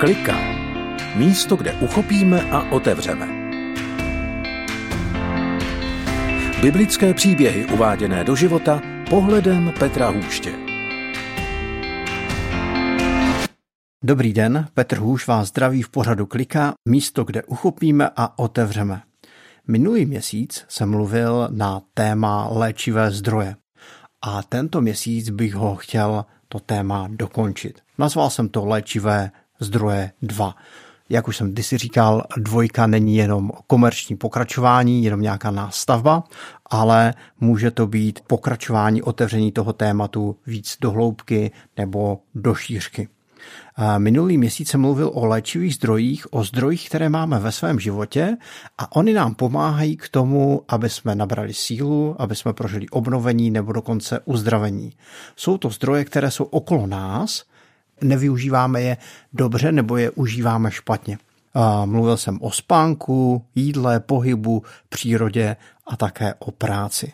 Klika. Místo, kde uchopíme a otevřeme. Biblické příběhy uváděné do života pohledem Petra Hůště. Dobrý den, Petr Hůš vás zdraví v pořadu Klika, místo, kde uchopíme a otevřeme. Minulý měsíc jsem mluvil na téma léčivé zdroje a tento měsíc bych ho chtěl to téma dokončit. Nazval jsem to léčivé zdroje 2. Jak už jsem kdysi říkal, 2 není jenom komerční pokračování, jenom nějaká nástavba, ale může to být pokračování otevření toho tématu víc do hloubky nebo do šířky. Minulý měsíc jsem mluvil o léčivých zdrojích, o zdrojích, které máme ve svém životě a oni nám pomáhají k tomu, aby jsme nabrali sílu, aby jsme prožili obnovení nebo dokonce uzdravení. Jsou to zdroje, které jsou okolo nás, nevyužíváme je dobře nebo je užíváme špatně. Mluvil jsem o spánku, jídle, pohybu, přírodě a také o práci.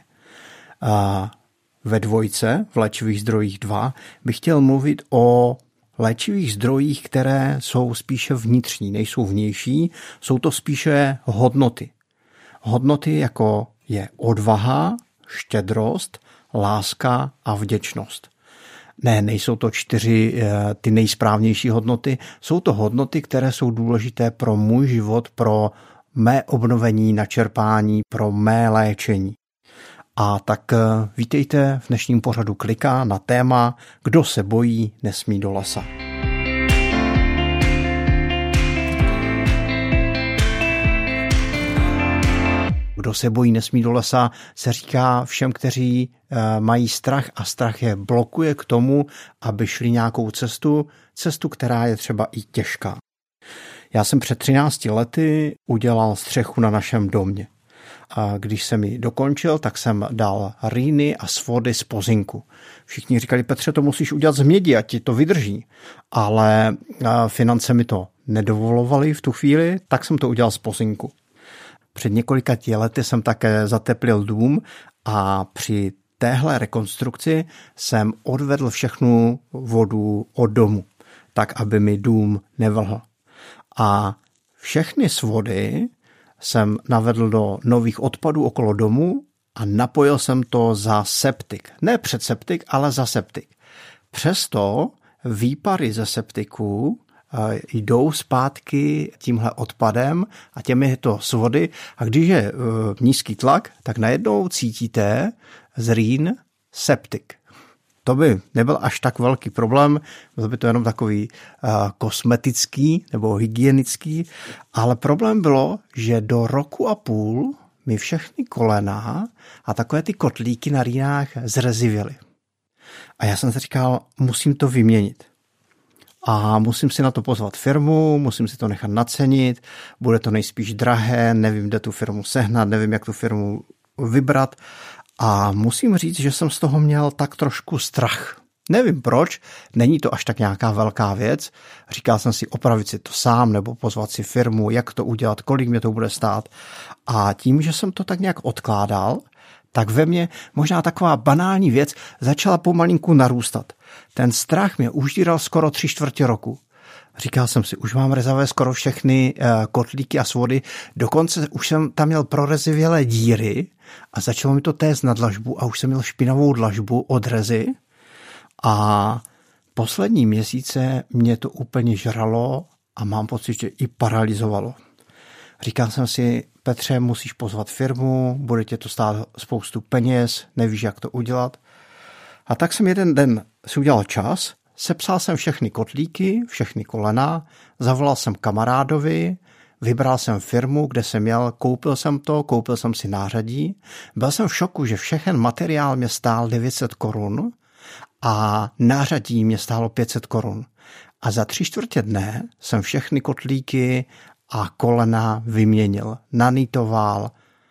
Ve 2, v léčivých zdrojích 2, bych chtěl mluvit o léčivých zdrojích, které jsou spíše vnitřní, nejsou vnější, jsou to spíše hodnoty. Hodnoty jako je odvaha, štědrost, láska a vděčnost. Nejsou to 4 ty nejsprávnější hodnoty, jsou to hodnoty, které jsou důležité pro můj život, pro mé obnovení, načerpání, pro mé léčení. A tak vítejte v dnešním pořadu Klika na téma Kdo se bojí, nesmí do lesa. Kdo se bojí, nesmí do lesa, se říká všem, kteří mají strach a strach je blokuje k tomu, aby šli nějakou cestu, která je třeba i těžká. Já jsem před 13 lety udělal střechu na našem domě. A když jsem ji dokončil, tak jsem dal rýny a svody z pozinku. Všichni říkali, Petře, to musíš udělat z mědi, ať ti to vydrží. Ale finance mi to nedovolovaly v tu chvíli, tak jsem to udělal z pozinku. Před několika lety jsem také zateplil dům a při téhle rekonstrukci jsem odvedl všechnu vodu od domu, tak aby mi dům nevlhl. A všechny svody jsem navedl do nových odpadů okolo domu a napojil jsem to za septik. Ne před septik, ale za septik. Přesto výpary ze septiku jdou zpátky tímhle odpadem a těmito svody a když je nízký tlak, tak najednou cítíte z rýn septik. To by nebyl až tak velký problém, byl by to jenom takový kosmetický nebo hygienický, ale problém bylo, že do 1,5 roku mi všechny kolena a takové ty kotlíky na rýnách zrezivěly. A já jsem si říkal, musím to vyměnit. A musím si na to pozvat firmu, musím si to nechat nacenit, bude to nejspíš drahé, nevím, kde tu firmu sehnat, nevím, jak tu firmu vybrat. A musím říct, že jsem z toho měl tak trošku strach. Nevím proč, není to až tak nějaká velká věc. Říkal jsem si opravit si to sám nebo pozvat si firmu, jak to udělat, kolik mě to bude stát. A tím, že jsem to tak nějak odkládal, tak ve mně možná taková banální věc začala pomalinku narůstat. Ten strach mě užíral skoro 3/4 roku. Říkal jsem si, už mám rezavé skoro všechny kotlíky a svody, dokonce už jsem tam měl prorezivělé díry a začalo mi to téct na dlažbu a už jsem měl špinavou dlažbu od rezy a poslední měsíce mě to úplně žralo a mám pocit, že i paralyzovalo. Říkal jsem si, Petře, musíš pozvat firmu, bude tě to stát spoustu peněz, nevíš, jak to udělat. A tak jsem jeden den si udělal čas, sepsal jsem všechny kotlíky, všechny kolena, zavolal jsem kamarádovi, vybral jsem firmu, kde jsem jel, koupil jsem si nářadí. Byl jsem v šoku, že všechen materiál mě stál 900 korun a nářadí mě stálo 500 korun. A za 3/4 dne jsem všechny kotlíky a kolena vyměnil, nanitoval.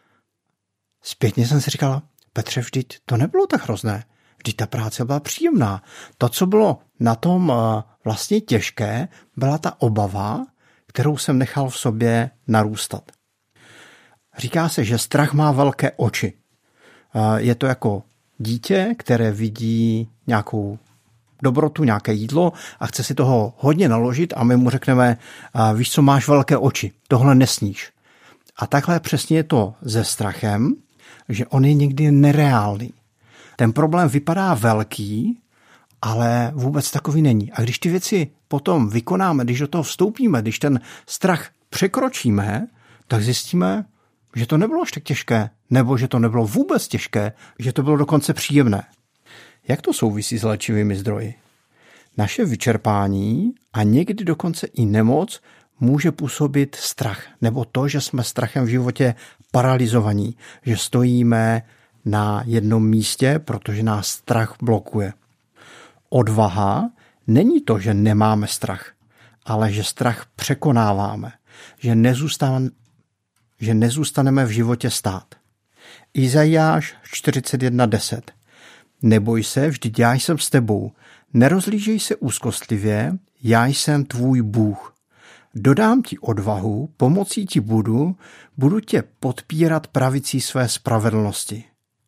Zpětně jsem si říkal, Petře, vždyť to nebylo tak hrozné. Vždyť ta práce byla příjemná. To, co bylo na tom vlastně těžké, byla ta obava, kterou jsem nechal v sobě narůstat. Říká se, že strach má velké oči. Je to jako dítě, které vidí nějakou dobrotu, nějaké jídlo a chce si toho hodně naložit a my mu řekneme, víš co, máš velké oči, tohle nesníš. A takhle přesně je to se strachem, že on je někdy nereálný. Ten problém vypadá velký, ale vůbec takový není. A když ty věci potom vykonáme, když do toho vstoupíme, když ten strach překročíme, tak zjistíme, že to nebylo až tak těžké, nebo že to nebylo vůbec těžké, že to bylo dokonce příjemné. Jak to souvisí s léčivými zdroji? Naše vyčerpání a někdy dokonce i nemoc může působit strach, nebo to, že jsme strachem v životě paralyzovaní, že stojíme na jednom místě, protože nás strach blokuje. Odvaha není to, že nemáme strach, ale že strach překonáváme, že nezůstaneme v životě stát. Izajáš 41:10. Neboj se, vždyť já jsem s tebou. Nerozlížej se úzkostlivě, já jsem tvůj Bůh. Dodám ti odvahu, pomocí ti budu tě podpírat pravicí své spravedlnosti.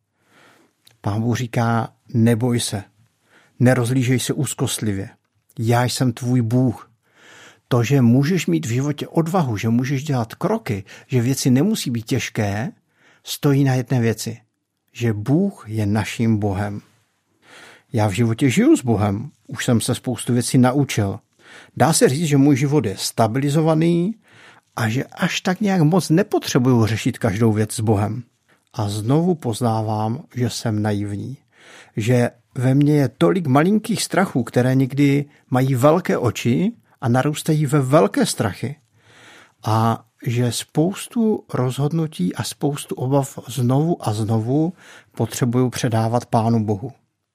Pán Bůh říká, neboj se, nerozlížej se úzkostlivě, já jsem tvůj Bůh. To, že můžeš mít v životě odvahu, že můžeš dělat kroky, že věci nemusí být těžké, stojí na jedné věci, že Bůh je naším Bohem. Já v životě žiju s Bohem, už jsem se spoustu věcí naučil. Dá se říct, že můj život je stabilizovaný a že až tak nějak moc nepotřebuju řešit každou věc s Bohem. A znovu poznávám, že jsem naivní. Že ve mně je tolik malinkých strachů, které někdy mají velké oči a narůstají ve velké strachy. A že spoustu rozhodnutí a spoustu obav znovu a znovu potřebuju předávat Pánu Bohu.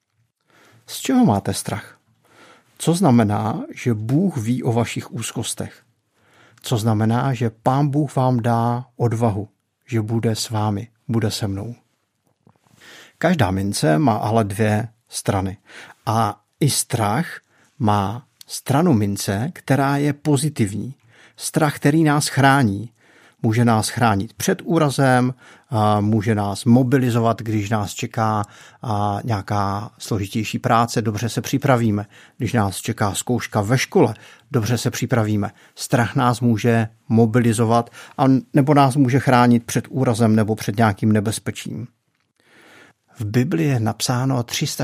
Z čeho máte strach? Co znamená, že Bůh ví o vašich úzkostech? Co znamená, že Pán Bůh vám dá odvahu, že bude s vámi, bude se mnou? Každá mince má ale dvě strany. A i strach má stranu mince, která je pozitivní. Strach, který nás chrání. Může nás chránit před úrazem, může nás mobilizovat, když nás čeká nějaká složitější práce, dobře se připravíme. Když nás čeká zkouška ve škole, dobře se připravíme. Strach nás může mobilizovat nebo nás může chránit před úrazem nebo před nějakým nebezpečím. V Bibli je napsáno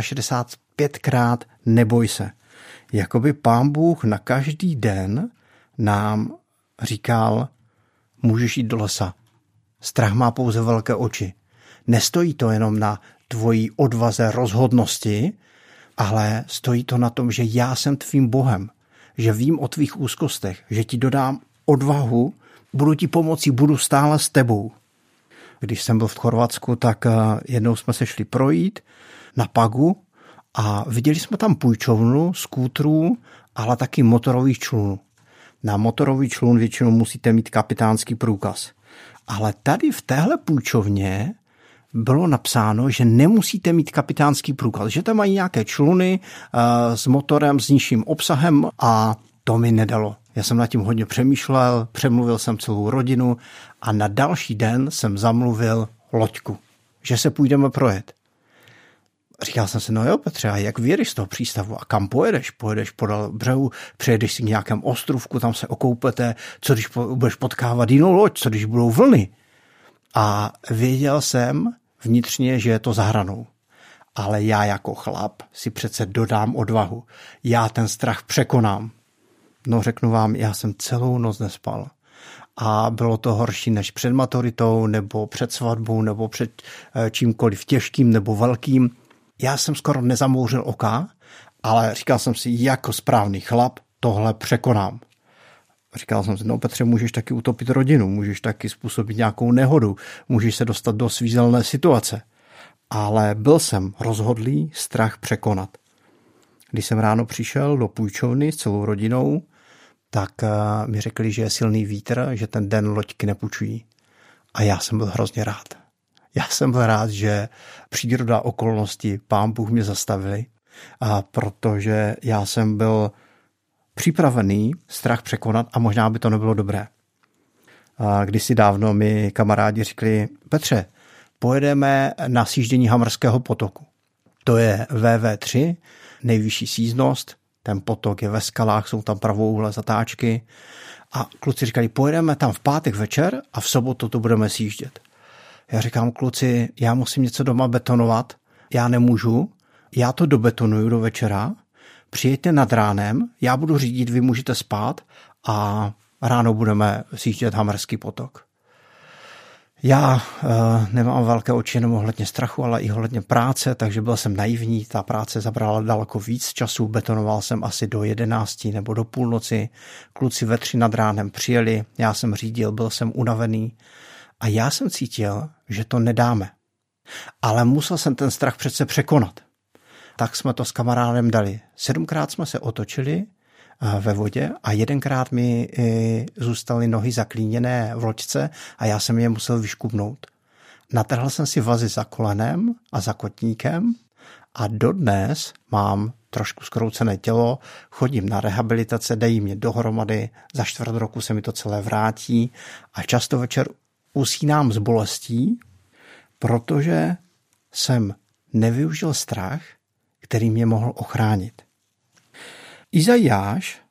365krát neboj se. Jakoby Pán Bůh na každý den nám říkal, můžeš jít do lesa. Strach má pouze velké oči. Nestojí to jenom na tvojí odvaze, rozhodnosti, ale stojí to na tom, že já jsem tvým Bohem, že vím o tvých úzkostech, že ti dodám odvahu, budu ti pomoci, budu stále s tebou. Když jsem byl v Chorvatsku, tak jednou jsme se šli projít na Pagu a viděli jsme tam půjčovnu skútrů, ale taky motorových člunů. Na motorový člun většinou musíte mít kapitánský průkaz. Ale tady v téhle půjčovně bylo napsáno, že nemusíte mít kapitánský průkaz, že tam mají nějaké čluny s motorem, s nižším obsahem a to mi nedalo. Já jsem nad tím hodně přemýšlel, přemluvil jsem celou rodinu a na další den jsem zamluvil loďku, že se půjdeme projet. Říkal jsem si, no jo Petře, a jak vyjedeš z toho přístavu a kam pojedeš? Pojedeš podél břehu, přejedeš si k nějakém ostrovku, tam se okoupete, co když budeš potkávat jinou loď, co když budou vlny? A věděl jsem vnitřně, že je to za hranou. Ale já jako chlap si přece dodám odvahu. Já ten strach překonám. No řeknu vám, já jsem celou noc nespal. A bylo to horší než před maturitou, nebo před svatbou, nebo před čímkoliv těžkým nebo velkým. Já jsem skoro nezamouřil oka, ale říkal jsem si, jako správný chlap, tohle překonám. Říkal jsem si, no Petře, můžeš taky utopit rodinu, můžeš taky způsobit nějakou nehodu, můžeš se dostat do svízelné situace. Ale byl jsem rozhodlý strach překonat. Když jsem ráno přišel do půjčovny s celou rodinou, tak mi řekli, že je silný vítr, že ten den loďky nepůjčují. A já jsem byl hrozně rád. Já jsem byl rád, že příroda, okolnosti, Pán Bůh mě zastavili, protože já jsem byl připravený strach překonat a možná by to nebylo dobré. Kdysi dávno mi kamarádi řekli, Petře, pojedeme na sjíždění Hamerského potoku. To je VV3, nejvyšší síznost, ten potok je ve skalách, jsou tam pravouhlé zatáčky a kluci říkali, pojedeme tam v pátek večer a v sobotu to budeme sjíždět. Já říkám, kluci, já musím něco doma betonovat, já nemůžu, já to dobetonuju do večera, přijďte nad ránem, já budu řídit, vy můžete spát a ráno budeme sjíždět Hamerský potok. Já nemám velké oči jenom ohledně strachu, ale i ohledně práce, takže byl jsem naivní, ta práce zabrala daleko víc času, betonoval jsem asi do 11 nebo do půlnoci, kluci ve 3 nad ránem přijeli, já jsem řídil, byl jsem unavený a já jsem cítil, že to nedáme. Ale musel jsem ten strach přece překonat. Tak jsme to s kamarádem dali. 7krát jsme se otočili ve vodě a 1krát mi zůstaly nohy zaklíněné v loďce a já jsem je musel vyškubnout. Natrhl jsem si vazy za kolenem a za kotníkem a dodnes mám trošku zkroucené tělo, chodím na rehabilitace, dají mě dohromady, za 4 roku se mi to celé vrátí a často večer usínám s bolestí, protože jsem nevyužil strach, který mě mohl ochránit. Izajáš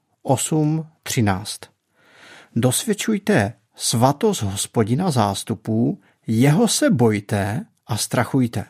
8.13. Dosvědčujte svatost Hospodina zástupů, jeho se bojte a strachujte.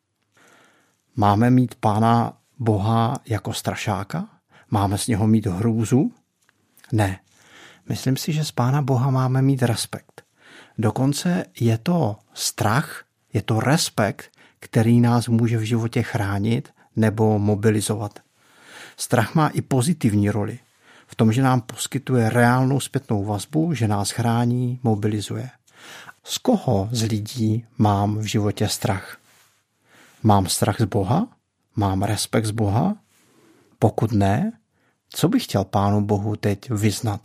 Máme mít Pána Boha jako strašáka? Máme z něho mít hrůzu? Ne. Myslím si, že z Pána Boha máme mít respekt. Dokonce je to strach, je to respekt, který nás může v životě chránit nebo mobilizovat. Strach má i pozitivní roli v tom, že nám poskytuje reálnou zpětnou vazbu, že nás chrání, mobilizuje. Z koho z lidí mám v životě strach? Mám strach z Boha? Mám respekt z Boha? Pokud ne, co bych chtěl Pánu Bohu teď vyznat?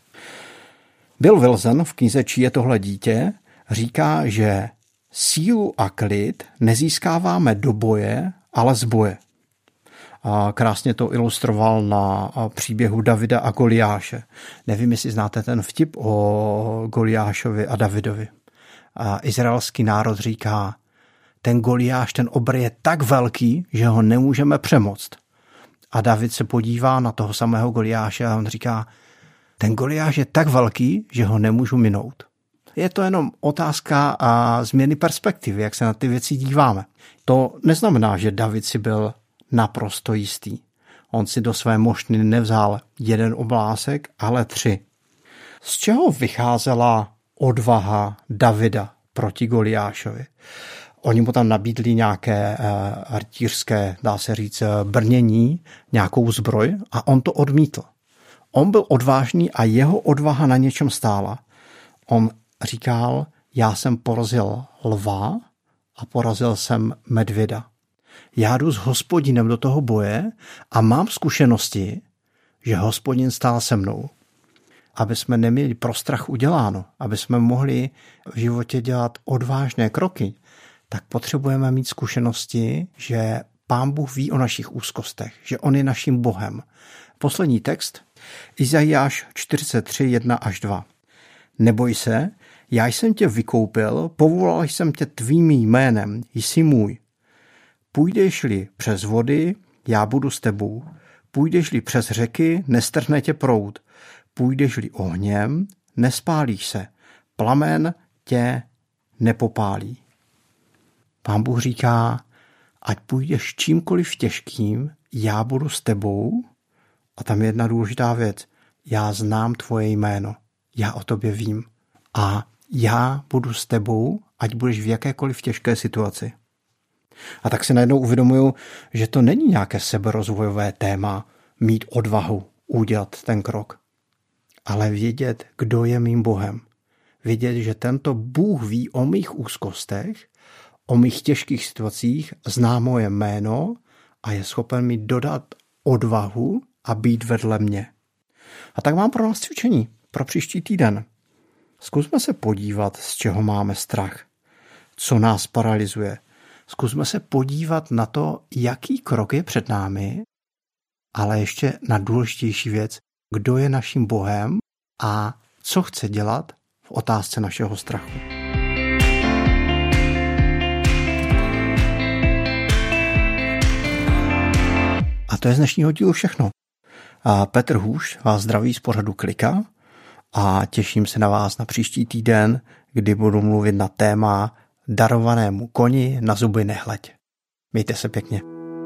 Bill Wilson v knize Čí je tohle dítě říká, že sílu a klid nezískáváme do boje, ale z boje. A krásně to ilustroval na příběhu Davida a Goliáše. Nevím, jestli znáte ten vtip o Goliášovi a Davidovi. A izraelský národ říká, ten Goliáš, ten obr je tak velký, že ho nemůžeme přemoct. A David se podívá na toho samého Goliáše a on říká, ten Goliáš je tak velký, že ho nemůžu minout. Je to jenom otázka a změny perspektivy, jak se na ty věci díváme. To neznamená, že David si byl naprosto jistý. On si do své moštny nevzal 1 oblásek, ale 3. Z čeho vycházela odvaha Davida proti Goliášovi? Oni mu tam nabídli nějaké rytířské, dá se říct, brnění, nějakou zbroj a on to odmítl. On byl odvážný a jeho odvaha na něčem stála. On říkal, já jsem porazil lva a porazil jsem medvěda. Já jdu s Hospodinem do toho boje a mám zkušenosti, že Hospodin stál se mnou. Aby jsme neměli pro strach uděláno, aby jsme mohli v životě dělat odvážné kroky, tak potřebujeme mít zkušenosti, že Pán Bůh ví o našich úzkostech, že on je naším Bohem. Poslední text, Izajáš 43:1-2. Neboj se, já jsem tě vykoupil, povolal jsem tě tvým jménem, jsi můj. Půjdeš-li přes vody, já budu s tebou. Půjdeš-li přes řeky, nestrhne tě proud. Půjdeš-li ohněm, nespálíš se. Plamen tě nepopálí. Pán Bůh říká, ať půjdeš čímkoliv těžkým, já budu s tebou. A tam je jedna důležitá věc. Já znám tvoje jméno. Já o tobě vím. A já budu s tebou, ať budeš v jakékoliv těžké situaci. A tak si najednou uvědomuju, že to není nějaké seberozvojové téma mít odvahu udělat ten krok. Ale vědět, kdo je mým Bohem. Vědět, že tento Bůh ví o mých úzkostech, o mých těžkých situacích, zná moje jméno a je schopen mi dodat odvahu a být vedle mě. A tak mám pro nás cvičení, pro příští týden. Zkusme se podívat, z čeho máme strach, co nás paralyzuje. Zkusme se podívat na to, jaký krok je před námi, ale ještě na důležitější věc, kdo je naším Bohem a co chce dělat v otázce našeho strachu. A to je z dnešního dílu všechno. A Petr Hůš vás zdraví z pořadu Klika a těším se na vás na příští týden, kdy budu mluvit na téma darovanému koni na zuby nehleď. Mějte se pěkně.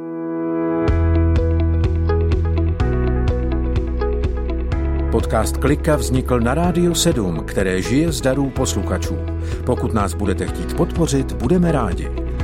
Podcast Klika vznikl na Rádiu 7, které žije z darů posluchačů. Pokud nás budete chtít podpořit, budeme rádi.